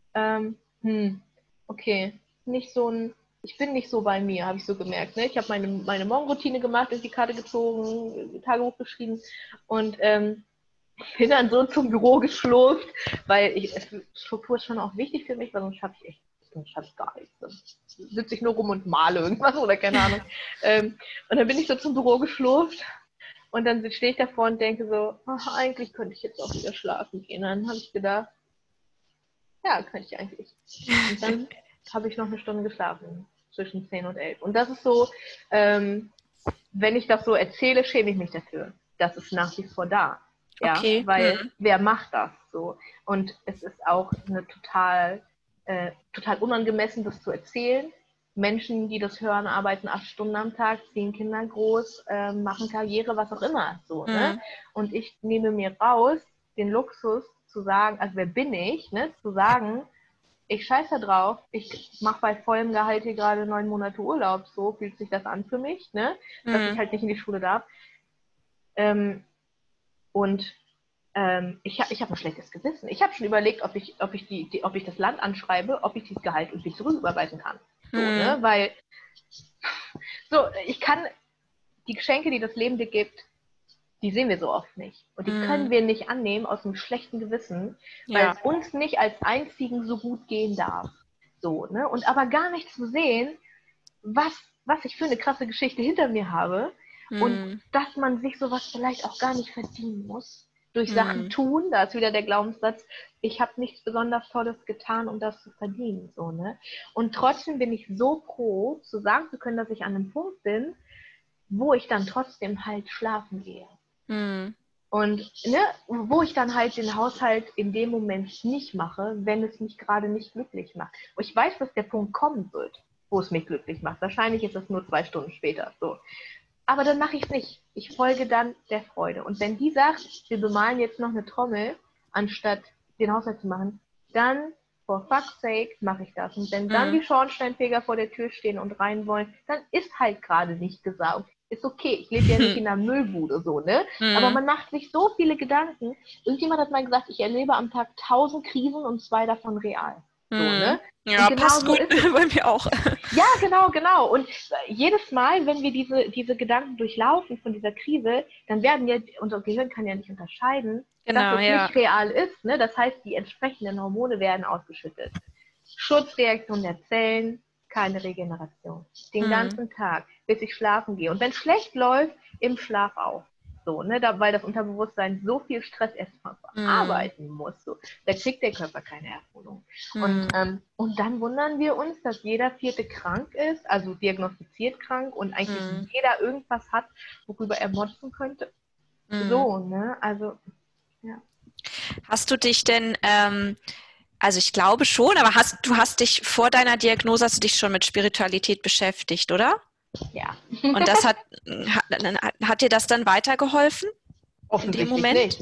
okay, ich bin nicht so bei mir, habe ich so gemerkt. Ne? Ich habe meine Morgenroutine gemacht, ist die Karte gezogen, Tagebuch geschrieben und bin dann so zum Büro geschlurft, weil Struktur ist schon auch wichtig für mich, weil sonst schaffe ich gar nichts. Dann sitze ich nur rum und male irgendwas oder keine Ahnung. Und dann bin ich so zum Büro geschlurft und dann stehe ich davor und denke so, ach, eigentlich könnte ich jetzt auch wieder schlafen gehen. Dann habe ich gedacht, ja, könnte ich eigentlich. Und dann habe ich noch 1 Stunde geschlafen, zwischen 10 und 11. Und das ist so, wenn ich das so erzähle, schäme ich mich dafür. Das ist nach wie vor da. Ja, Okay. weil wer macht das so? Und es ist auch eine total unangemessen, das zu erzählen. Menschen, die das hören, arbeiten 8 Stunden am Tag, ziehen Kinder groß, machen Karriere, was auch immer. So, ne? Und ich nehme mir raus, den Luxus zu sagen, also wer bin ich, ne? Zu sagen, ich scheiße drauf, ich mache bei vollem Gehalt hier gerade 9 Monate Urlaub, so fühlt sich das an für mich, ne? Dass ich halt nicht in die Schule darf. Ich habe ein schlechtes Gewissen. Ich habe schon überlegt, ob ich das Land anschreibe, ob ich dieses Gehalt irgendwie zurücküberweisen kann. So, ne? Weil ich kann die Geschenke, die das Leben dir gibt, die sehen wir so oft nicht. Und die können wir nicht annehmen aus einem schlechten Gewissen, weil es uns nicht als einzigen so gut gehen darf. So, ne? Und aber gar nicht zu sehen, was ich für eine krasse Geschichte hinter mir habe und dass man sich sowas vielleicht auch gar nicht verdienen muss. Durch Sachen tun, da ist wieder der Glaubenssatz, ich habe nichts besonders Tolles getan, um das zu verdienen. So, ne? Und trotzdem bin ich so froh, zu sagen zu können, dass ich an einem Punkt bin, wo ich dann trotzdem halt schlafen gehe. Und ne, wo ich dann halt den Haushalt in dem Moment nicht mache, wenn es mich gerade nicht glücklich macht. Und ich weiß, dass der Punkt kommen wird, wo es mich glücklich macht. Wahrscheinlich ist es nur 2 Stunden später. So. Aber dann mache ich es nicht. Ich folge dann der Freude. Und wenn die sagt, wir bemalen jetzt noch eine Trommel, anstatt den Haushalt zu machen, dann, for fuck's sake, mache ich das. Und wenn dann die Schornsteinfeger vor der Tür stehen und rein wollen, dann ist halt gerade nicht gesaugt. Ist okay, ich lebe ja nicht in einer Müllbude, so, ne? Aber man macht sich so viele Gedanken. Irgendjemand hat mal gesagt, ich erlebe am Tag 1000 Krisen und 2 davon real. So, ne? Ja, und genau passt so gut bei mir auch. Ja, genau. Und jedes Mal, wenn wir diese Gedanken durchlaufen von dieser Krise, dann unser Gehirn kann ja nicht unterscheiden, dass es nicht real ist. Ne? Das heißt, die entsprechenden Hormone werden ausgeschüttet. Schutzreaktion der Zellen, keine Regeneration. Den ganzen Tag, bis ich schlafen gehe. Und wenn es schlecht läuft, im Schlaf auch. So, ne? Weil das Unterbewusstsein so viel Stress erstmal verarbeiten muss. So. Da kriegt der Körper keine Erholung. Und dann wundern wir uns, dass jeder 4. krank ist, also diagnostiziert krank und eigentlich jeder irgendwas hat, worüber er motzen könnte. So, ne? Also, ja. Hast du dich denn, also ich glaube schon, aber du hast dich vor deiner Diagnose, hast du dich schon mit Spiritualität beschäftigt, oder? Ja. Und das hat dir das dann weitergeholfen? In dem Moment? Nicht.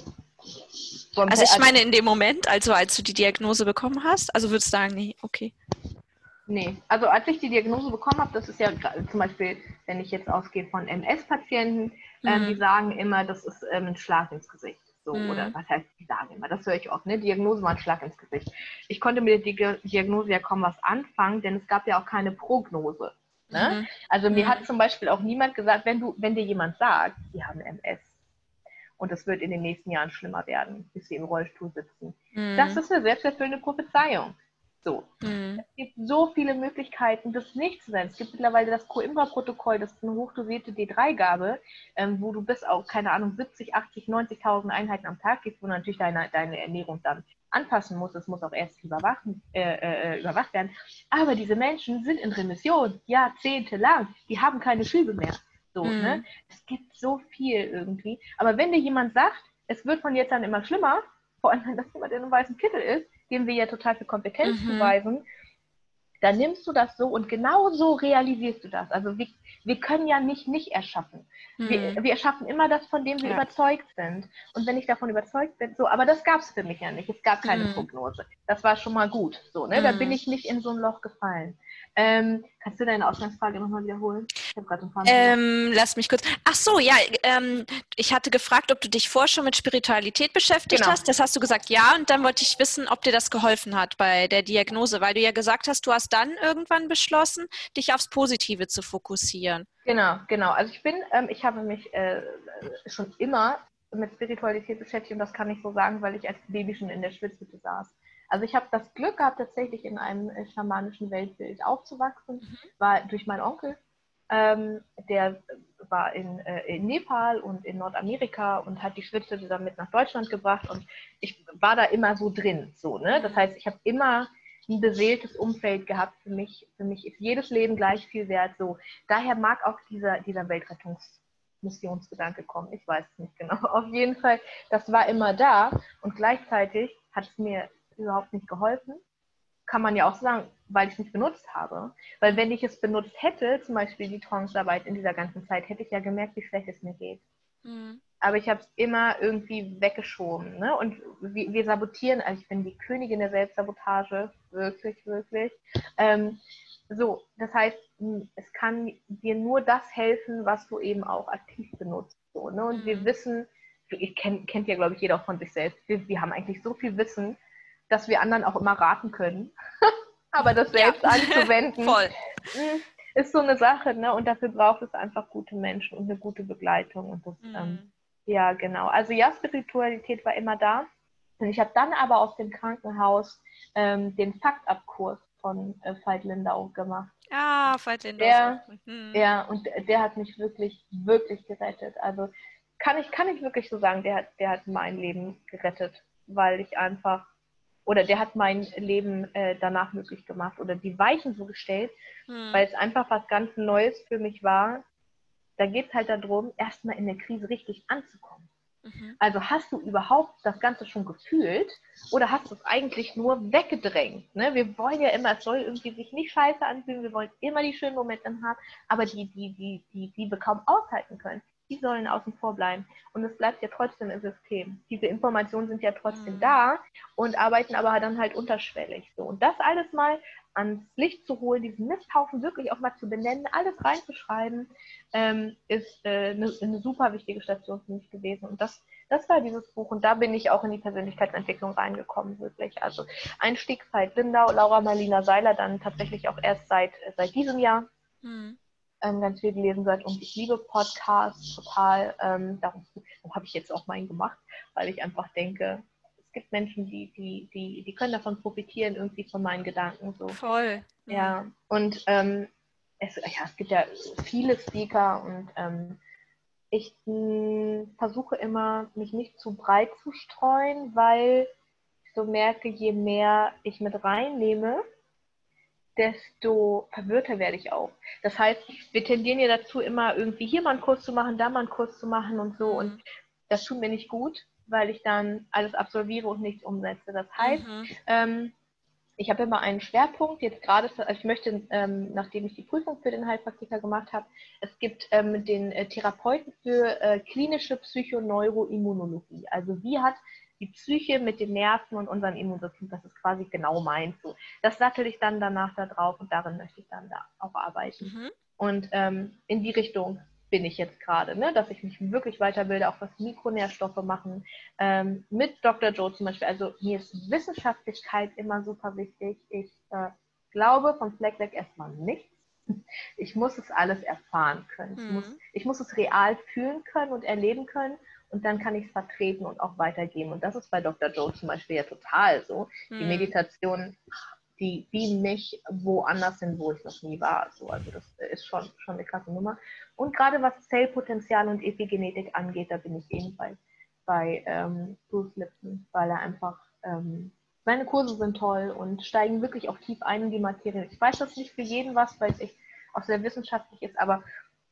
Also ich meine in dem Moment, also als du die Diagnose bekommen hast, also würdest du sagen, nee, okay. Nee, also als ich die Diagnose bekommen habe, das ist ja zum Beispiel, wenn ich jetzt ausgehe von MS-Patienten, die sagen immer, das ist ein Schlag ins Gesicht. So, oder was heißt, die sagen immer, das höre ich oft, ne? Diagnose war ein Schlag ins Gesicht. Ich konnte mit der Diagnose ja kaum was anfangen, denn es gab ja auch keine Prognose. Ne? Also mir hat zum Beispiel auch niemand gesagt, wenn dir jemand sagt, sie haben MS und es wird in den nächsten Jahren schlimmer werden, bis sie im Rollstuhl sitzen. Das ist eine selbsterfüllende Prophezeiung. So. Es gibt so viele Möglichkeiten, das nicht zu sein. Es gibt mittlerweile das Coimbra-Protokoll, das ist eine hochdosierte D3-Gabe, wo du bis auf, keine Ahnung, 70, 80, 90.000 Einheiten am Tag gehst, wo du natürlich deine Ernährung dann anpassen musst. Es muss auch erst überwacht werden. Aber diese Menschen sind in Remission, jahrzehntelang. Die haben keine Schübe mehr. So, ne? Es gibt so viel irgendwie. Aber wenn dir jemand sagt, es wird von jetzt an immer schlimmer, vor allem wenn das jemand in einem weißen Kittel ist, dem wir ja total viel Kompetenz zuweisen, dann nimmst du das so und genau so realisierst du das. Also wir können ja nicht erschaffen. Wir erschaffen immer das, von dem wir überzeugt sind. Und wenn ich davon überzeugt bin, so, aber das gab es für mich ja nicht. Es gab keine Prognose. Das war schon mal gut. So, ne? Da bin ich nicht in so ein Loch gefallen. Kannst du deine Ausgangsfrage nochmal wiederholen? Ich habe gerade lass mich kurz. Ach so, ja. Ich hatte gefragt, ob du dich vorher schon mit Spiritualität beschäftigt hast. Das hast du gesagt, ja. Und dann wollte ich wissen, ob dir das geholfen hat bei der Diagnose, weil du ja gesagt hast, du hast dann irgendwann beschlossen, dich aufs Positive zu fokussieren. Genau. Also ich habe mich schon immer mit Spiritualität beschäftigt und das kann ich so sagen, weil ich als Baby schon in der Schwitzhütte saß. Also ich habe das Glück gehabt, tatsächlich in einem schamanischen Weltbild aufzuwachsen, war durch meinen Onkel, der war in Nepal und in Nordamerika und hat die Schwitzhütte dann mit nach Deutschland gebracht und ich war da immer so drin. So, ne? Das heißt, ich habe immer ein beseeltes Umfeld gehabt. Für mich ist jedes Leben gleich viel wert. So. Daher mag auch dieser Weltrettungsmissionsgedanke kommen. Ich weiß es nicht genau. Auf jeden Fall, das war immer da und gleichzeitig hat es mir überhaupt nicht geholfen. Kann man ja auch sagen, weil ich es nicht benutzt habe. Weil wenn ich es benutzt hätte, zum Beispiel die Trancearbeit in dieser ganzen Zeit, hätte ich ja gemerkt, wie schlecht es mir geht. Aber ich habe es immer irgendwie weggeschoben. Ne? Und wir sabotieren, also ich bin die Königin der Selbstsabotage, wirklich. So, das heißt, es kann dir nur das helfen, was du eben auch aktiv benutzt. So, ne? Und wir wissen, kennt ja, glaube ich, jeder auch von sich selbst, wir haben eigentlich so viel Wissen, dass wir anderen auch immer raten können. Aber das selbst anzuwenden, ist so eine Sache, ne? Und dafür braucht es einfach gute Menschen und eine gute Begleitung. Und das, ja, genau. Also ja, Spiritualität war immer da. Und ich habe dann aber aus dem Krankenhaus den Fakt-Ab-Kurs von Veit Lindau gemacht. Ah, Veit Lindau. Ja, und der hat mich wirklich, wirklich gerettet. Also kann ich wirklich so sagen, der hat mein Leben gerettet, weil ich einfach, oder der hat mein Leben danach möglich gemacht oder die Weichen so gestellt, weil es einfach was ganz Neues für mich war. Da geht es halt darum, erstmal in der Krise richtig anzukommen. Also hast du überhaupt das Ganze schon gefühlt oder hast du es eigentlich nur weggedrängt? Ne? Wir wollen ja immer, es soll irgendwie sich nicht scheiße anfühlen, wir wollen immer die schönen Momente haben, aber die wir kaum aushalten können, die sollen außen vor bleiben. Und es bleibt ja trotzdem im System. Diese Informationen sind ja trotzdem da und arbeiten aber dann halt unterschwellig. So. Und das alles mal ans Licht zu holen, diesen Misthaufen wirklich auch mal zu benennen, alles reinzuschreiben, ist eine super wichtige Station für mich gewesen. Und das war dieses Buch. Und da bin ich auch in die Persönlichkeitsentwicklung reingekommen, wirklich. Also Einstieg Veit Lindau, Laura Marlina Seiler, dann tatsächlich auch erst seit diesem Jahr. Ganz viel gelesen wird und ich liebe Podcasts total. Darum habe ich jetzt auch meinen gemacht, weil ich einfach denke, es gibt Menschen, die können davon profitieren, irgendwie von meinen Gedanken. So. Voll. Ja, und es gibt ja viele Speaker und ich versuche immer, mich nicht zu breit zu streuen, weil ich so merke, je mehr ich mit reinnehme, desto verwirrter werde ich auch. Das heißt, wir tendieren ja dazu, immer irgendwie hier mal einen Kurs zu machen, da mal einen Kurs zu machen und so. Und das tut mir nicht gut, weil ich dann alles absolviere und nichts umsetze. Das heißt, ich habe immer einen Schwerpunkt, jetzt gerade, also ich möchte, nachdem ich die Prüfung für den Heilpraktiker gemacht habe, es gibt den Therapeuten für klinische Psychoneuroimmunologie. Also wie hat die Psyche mit den Nerven und unseren Immunsystem, das ist quasi genau meins. So. Das sattel ich dann danach da drauf und darin möchte ich dann da auch arbeiten. Und in die Richtung bin ich jetzt gerade, ne? Dass ich mich wirklich weiterbilde, auch was Mikronährstoffe machen, mit Dr. Joe zum Beispiel. Also mir ist Wissenschaftlichkeit immer super wichtig. Ich glaube von Fleck weg erstmal nichts. Ich muss es alles erfahren können. Ich muss es real fühlen können und erleben können und dann kann ich es vertreten und auch weitergeben. Und das ist bei Dr. Joe zum Beispiel ja total so. Die Meditation, die beamen mich woanders hin, wo ich noch nie war. So, also das ist schon eine krasse Nummer. Und gerade was Zellpotenzial und Epigenetik angeht, da bin ich eben bei Bruce Lipton, weil er einfach, seine Kurse sind toll und steigen wirklich auch tief ein in die Materie. Ich weiß das nicht für jeden was, weil es echt auch sehr wissenschaftlich ist, aber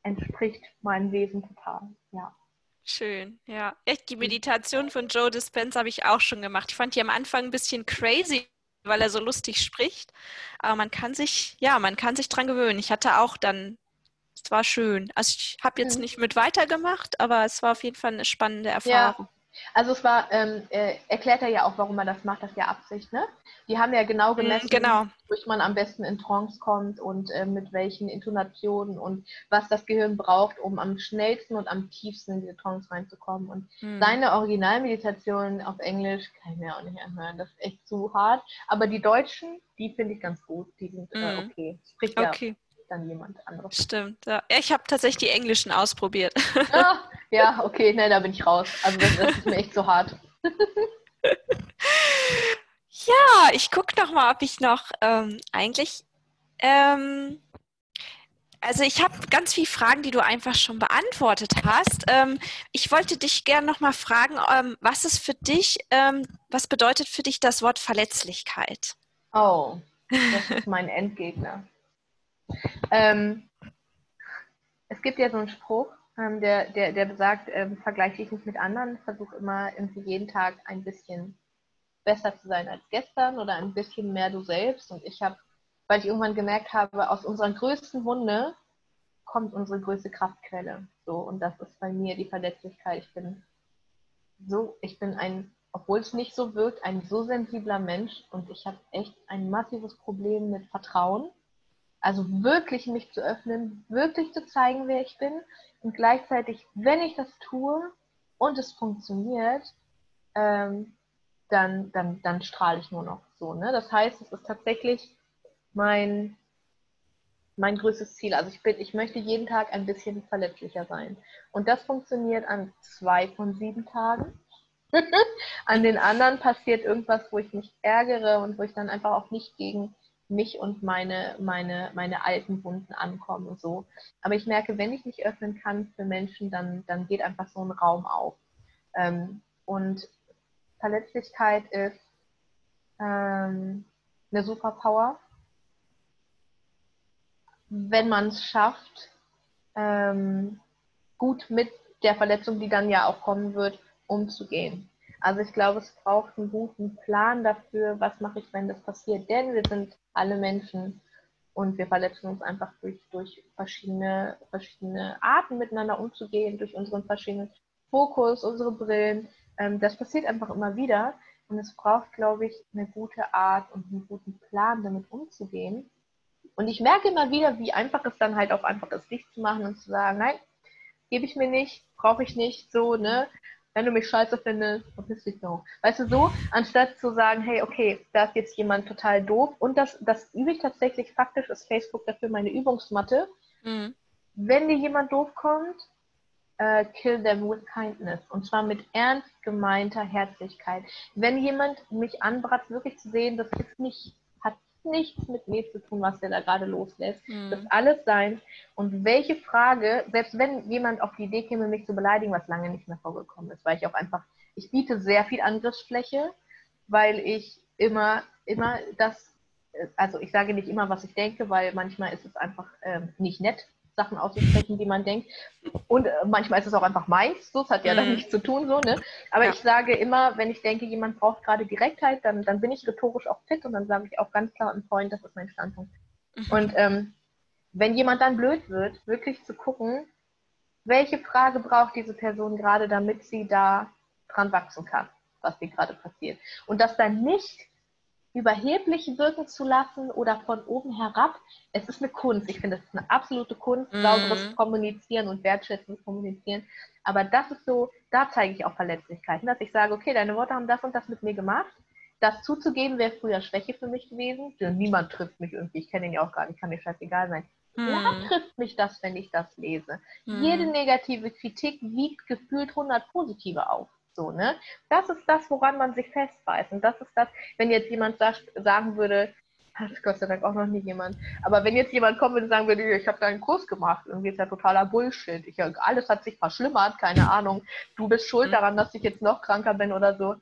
entspricht meinem Wesen total, ja. Schön, ja. Echt, die Meditation von Joe Dispenza habe ich auch schon gemacht. Ich fand die am Anfang ein bisschen crazy, weil er so lustig spricht. Aber man kann sich dran gewöhnen. Ich hatte auch dann, es war schön. Also ich habe jetzt nicht mit weitergemacht, aber es war auf jeden Fall eine spannende Erfahrung. Ja, also es war, erklärt er ja auch, warum er das macht, das ist ja Absicht, ne? Die haben ja genau gemessen, Genau. wodurch man am besten in Trance kommt und mit welchen Intonationen und was das Gehirn braucht, um am schnellsten und am tiefsten in diese Trance reinzukommen. Und seine Originalmeditation auf Englisch kann ich mir auch nicht anhören, das ist echt zu hart. Aber die deutschen, die finde ich ganz gut, die sind okay. Spricht ja dann jemand anderes. Stimmt, ja. Ich habe tatsächlich die englischen ausprobiert. Ja, okay, ne, da bin ich raus. Also das ist mir echt so hart. Ja, ich gucke noch mal, ob ich noch also ich habe ganz viele Fragen, die du einfach schon beantwortet hast. Ich wollte dich gerne noch mal fragen, was bedeutet für dich das Wort Verletzlichkeit? Oh, das ist mein Endgegner. Es gibt ja so einen Spruch, der besagt, vergleiche dich nicht mit anderen, versuch immer irgendwie jeden Tag ein bisschen besser zu sein als gestern oder ein bisschen mehr du selbst. Und weil ich irgendwann gemerkt habe, aus unserer größten Wunde kommt unsere größte Kraftquelle. So, und das ist bei mir die Verletzlichkeit. Ich bin obwohl es nicht so wirkt, ein so sensibler Mensch und ich habe echt ein massives Problem mit Vertrauen. Also wirklich mich zu öffnen, wirklich zu zeigen, wer ich bin und gleichzeitig, wenn ich das tue und es funktioniert, dann strahle ich nur noch so. Ne? Das heißt, es ist tatsächlich mein größtes Ziel. Also ich möchte jeden Tag ein bisschen verletzlicher sein. Und das funktioniert an 2 von 7 Tagen. An den anderen passiert irgendwas, wo ich mich ärgere und wo ich dann einfach auch nicht gegen mich und meine alten Wunden ankomme und so. Aber ich merke, wenn ich mich öffnen kann für Menschen, dann geht einfach so ein Raum auf. Und Verletzlichkeit ist eine Superpower. Wenn man es schafft, gut mit der Verletzung, die dann ja auch kommen wird, umzugehen. Also ich glaube, es braucht einen guten Plan dafür, was mache ich, wenn das passiert. Denn wir sind alle Menschen und wir verletzen uns einfach durch verschiedene Arten miteinander umzugehen, durch unseren verschiedenen Fokus, unsere Brillen. Das passiert einfach immer wieder und es braucht, glaube ich, eine gute Art und einen guten Plan, damit umzugehen. Und ich merke immer wieder, wie einfach es dann halt auch einfach ist, dicht zu machen und zu sagen, nein, gebe ich mir nicht, brauche ich nicht, so, ne? Wenn du mich scheiße findest, verpiss dich doch. Weißt du, so, anstatt zu sagen, hey, okay, da ist jetzt jemand total doof. Und das übe ich tatsächlich, faktisch ist Facebook dafür meine Übungsmatte. Wenn dir jemand doof kommt, kill them with kindness. Und zwar mit ernst gemeinter Herzlichkeit. Wenn jemand mich anbratzt, wirklich zu sehen, das hat nichts mit mir zu tun, was der da gerade loslässt. Das ist alles sein. Und welche Frage, selbst wenn jemand auf die Idee käme, mich zu beleidigen, was lange nicht mehr vorgekommen ist, weil ich biete sehr viel Angriffsfläche, weil ich immer also ich sage nicht immer, was ich denke, weil manchmal ist es einfach nicht nett, Sachen auszusprechen, die man denkt. Und manchmal ist es auch einfach meins, so, es hat ja dann nichts zu tun, so, ne? Aber ich sage immer, wenn ich denke, jemand braucht gerade Direktheit, dann bin ich rhetorisch auch fit und dann sage ich auch ganz klar und Freund, das ist mein Standpunkt. Und wenn jemand dann blöd wird, wirklich zu gucken, welche Frage braucht diese Person gerade, damit sie da dran wachsen kann, was dir gerade passiert. Und das dann nicht überheblich wirken zu lassen oder von oben herab. Es ist eine Kunst. Ich finde, es ist eine absolute Kunst, sauberes Kommunizieren und wertschätzendes Kommunizieren. Aber das ist so, da zeige ich auch Verletzlichkeiten, dass ich sage, okay, deine Worte haben das und das mit mir gemacht. Das zuzugeben wäre früher Schwäche für mich gewesen. Niemand trifft mich irgendwie, ich kenne ihn ja auch gar nicht, kann mir scheißegal sein. Klar trifft mich das, wenn ich das lese. Jede negative Kritik wiegt gefühlt 100 positive auf. So, ne? Das ist das, woran man sich festbeißt. Und das ist das, wenn jetzt jemand sagen würde, hat Gott sei Dank auch noch nie jemand, aber wenn jetzt jemand kommen würde und sagen würde, ich habe da einen Kurs gemacht, irgendwie ist ja totaler Bullshit. Alles hat sich verschlimmert, keine Ahnung. Du bist schuld daran, dass ich jetzt noch kranker bin oder so.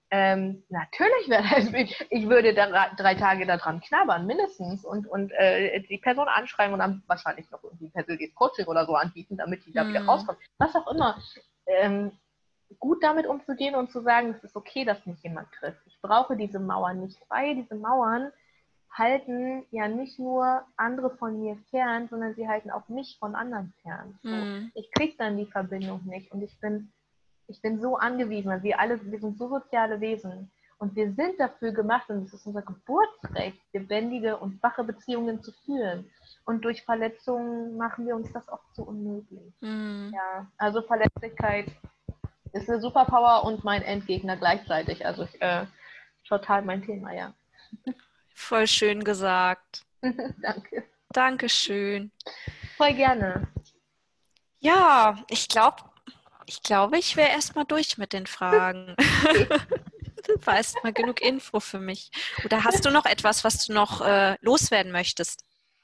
Natürlich wäre das, ich würde da 3 Tage daran knabbern, mindestens, und die Person anschreiben und dann wahrscheinlich noch irgendwie persönliches Coaching oder so anbieten, damit die da wieder rauskommt. Was auch immer. Gut damit umzugehen und zu sagen, es ist okay, dass mich jemand trifft. Ich brauche diese Mauern nicht, weil diese Mauern halten ja nicht nur andere von mir fern, sondern sie halten auch mich von anderen fern. So. Ich kriege dann die Verbindung nicht und ich bin so angewiesen, weil wir sind so soziale Wesen und wir sind dafür gemacht und es ist unser Geburtsrecht, lebendige und wache Beziehungen zu führen. Und durch Verletzungen machen wir uns das oft so unmöglich. Ja, also Verletzlichkeit ist eine Superpower und mein Endgegner gleichzeitig. Also total mein Thema, ja. Voll schön gesagt. Danke. Dankeschön. Voll gerne. Ja, ich glaube, ich wäre erstmal durch mit den Fragen. Das war erstmal genug Info für mich. Oder hast du noch etwas, was du noch loswerden möchtest?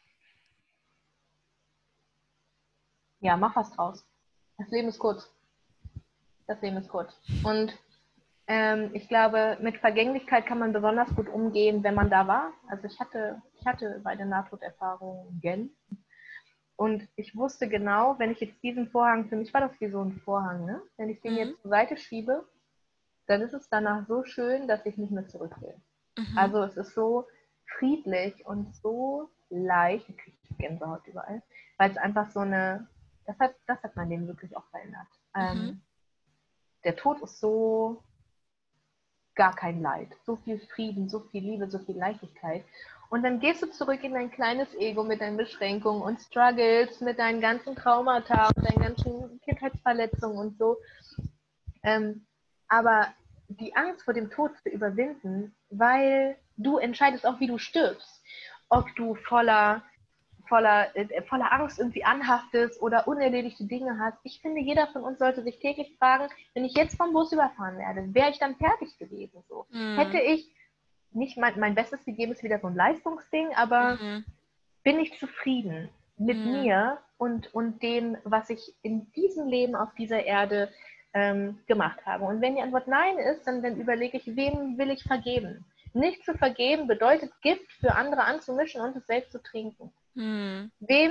Ja, mach was draus. Das Leben ist kurz. Das Leben ist kurz. Und ich glaube, mit Vergänglichkeit kann man besonders gut umgehen, wenn man da war. Also ich hatte bei der Nahtoderfahrung und ich wusste genau, wenn ich jetzt diesen Vorhang, für mich war das wie so ein Vorhang, ne? Wenn ich den jetzt zur Seite schiebe, dann ist es danach so schön, dass ich nicht mehr zurück will. Also es ist so friedlich und so leicht, ich kriege Gänsehaut überall, weil es einfach so das hat mein Leben wirklich auch verändert. Der Tod ist so gar kein Leid, so viel Frieden, so viel Liebe, so viel Leichtigkeit. Und dann gehst du zurück in dein kleines Ego mit deinen Beschränkungen und struggles mit deinen ganzen Traumata und deinen ganzen Kindheitsverletzungen und so. Aber die Angst vor dem Tod zu überwinden, weil du entscheidest auch, wie du stirbst. Ob du voller Angst irgendwie anhaftest oder unerledigte Dinge hast. Ich finde, jeder von uns sollte sich täglich fragen, wenn ich jetzt vom Bus überfahren werde, wäre ich dann fertig gewesen? So. Hätte ich nicht mein Bestes gegeben, ist wieder so ein Leistungsding, aber bin ich zufrieden mit mir und dem, was ich in diesem Leben auf dieser Erde gemacht habe? Und wenn die Antwort nein ist, dann überlege ich, wem will ich vergeben? Nicht zu vergeben bedeutet, Gift für andere anzumischen und es selbst zu trinken. Wem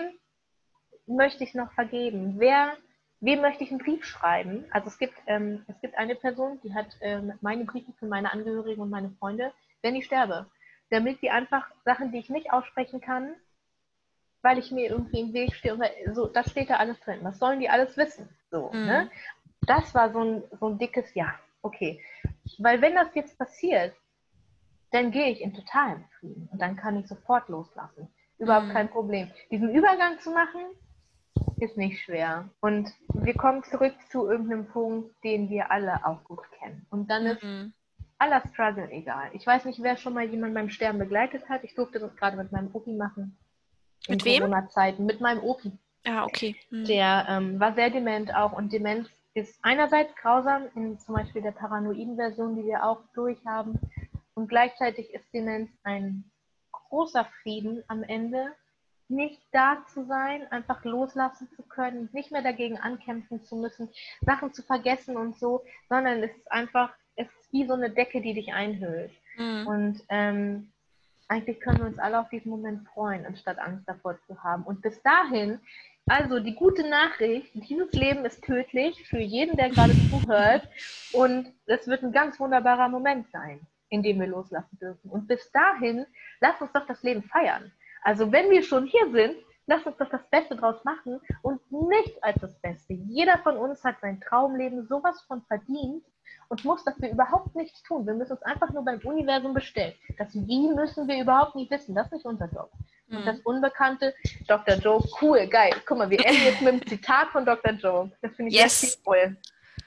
möchte ich noch vergeben? Wem möchte ich einen Brief schreiben? Also es gibt eine Person, die hat meine Briefe für meine Angehörigen und meine Freunde, wenn ich sterbe. Damit die einfach Sachen, die ich nicht aussprechen kann, weil ich mir irgendwie im Weg stehe, so, das steht da alles drin. Was sollen die alles wissen? So, ne? Das war so ein dickes Ja. Okay. Weil wenn das jetzt passiert, dann gehe ich in totalen Frieden und dann kann ich sofort loslassen. Überhaupt kein Problem. Diesen Übergang zu machen, ist nicht schwer. Und wir kommen zurück zu irgendeinem Punkt, den wir alle auch gut kennen. Und dann ist aller Struggle egal. Ich weiß nicht, wer schon mal jemanden beim Sterben begleitet hat. Ich durfte das gerade mit meinem Opi machen. Mit wem? Corona-Zeiten. Mit meinem Opi. Ah, okay. Der war sehr dement auch. Und Demenz ist einerseits grausam, in zum Beispiel der paranoiden Version, die wir auch durchhaben. Und gleichzeitig ist Demenz ein großer Frieden am Ende, nicht da zu sein, einfach loslassen zu können, nicht mehr dagegen ankämpfen zu müssen, Sachen zu vergessen und so, sondern es ist wie so eine Decke, die dich einhüllt. Und eigentlich können wir uns alle auf diesen Moment freuen, anstatt Angst davor zu haben. Und bis dahin, also die gute Nachricht, dieses Leben ist tödlich für jeden, der gerade zuhört, und es wird ein ganz wunderbarer Moment sein, in dem wir loslassen dürfen. Und bis dahin, lass uns doch das Leben feiern. Also wenn wir schon hier sind, lass uns doch das Beste draus machen und nichts als das Beste. Jeder von uns hat sein Traumleben sowas von verdient und muss dafür überhaupt nichts tun. Wir müssen uns einfach nur beim Universum bestellen. Das Wie müssen wir überhaupt nicht wissen. Das ist nicht unser Job. Und das Unbekannte, Dr. Joe, cool, geil. Guck mal, wir enden jetzt mit einem Zitat von Dr. Joe. Das finde ich richtig cool.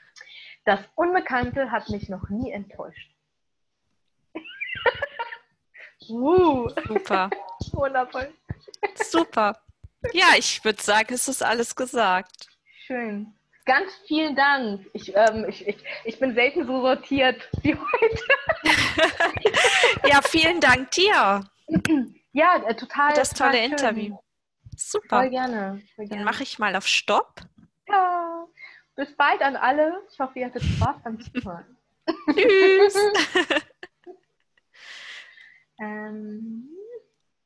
Das Unbekannte hat mich noch nie enttäuscht. Super. Wundervoll. Super. Ja, ich würde sagen, es ist alles gesagt. Schön. Ganz vielen Dank. Ich bin selten so sortiert wie heute. Ja, vielen Dank dir. Ja, total. Für das tolle schön. Interview. Super. Voll gerne. Dann mache ich mal auf Stopp. Ja. Bis bald an alle. Ich hoffe, ihr hattet Spaß beim Zuhören. Tschüss.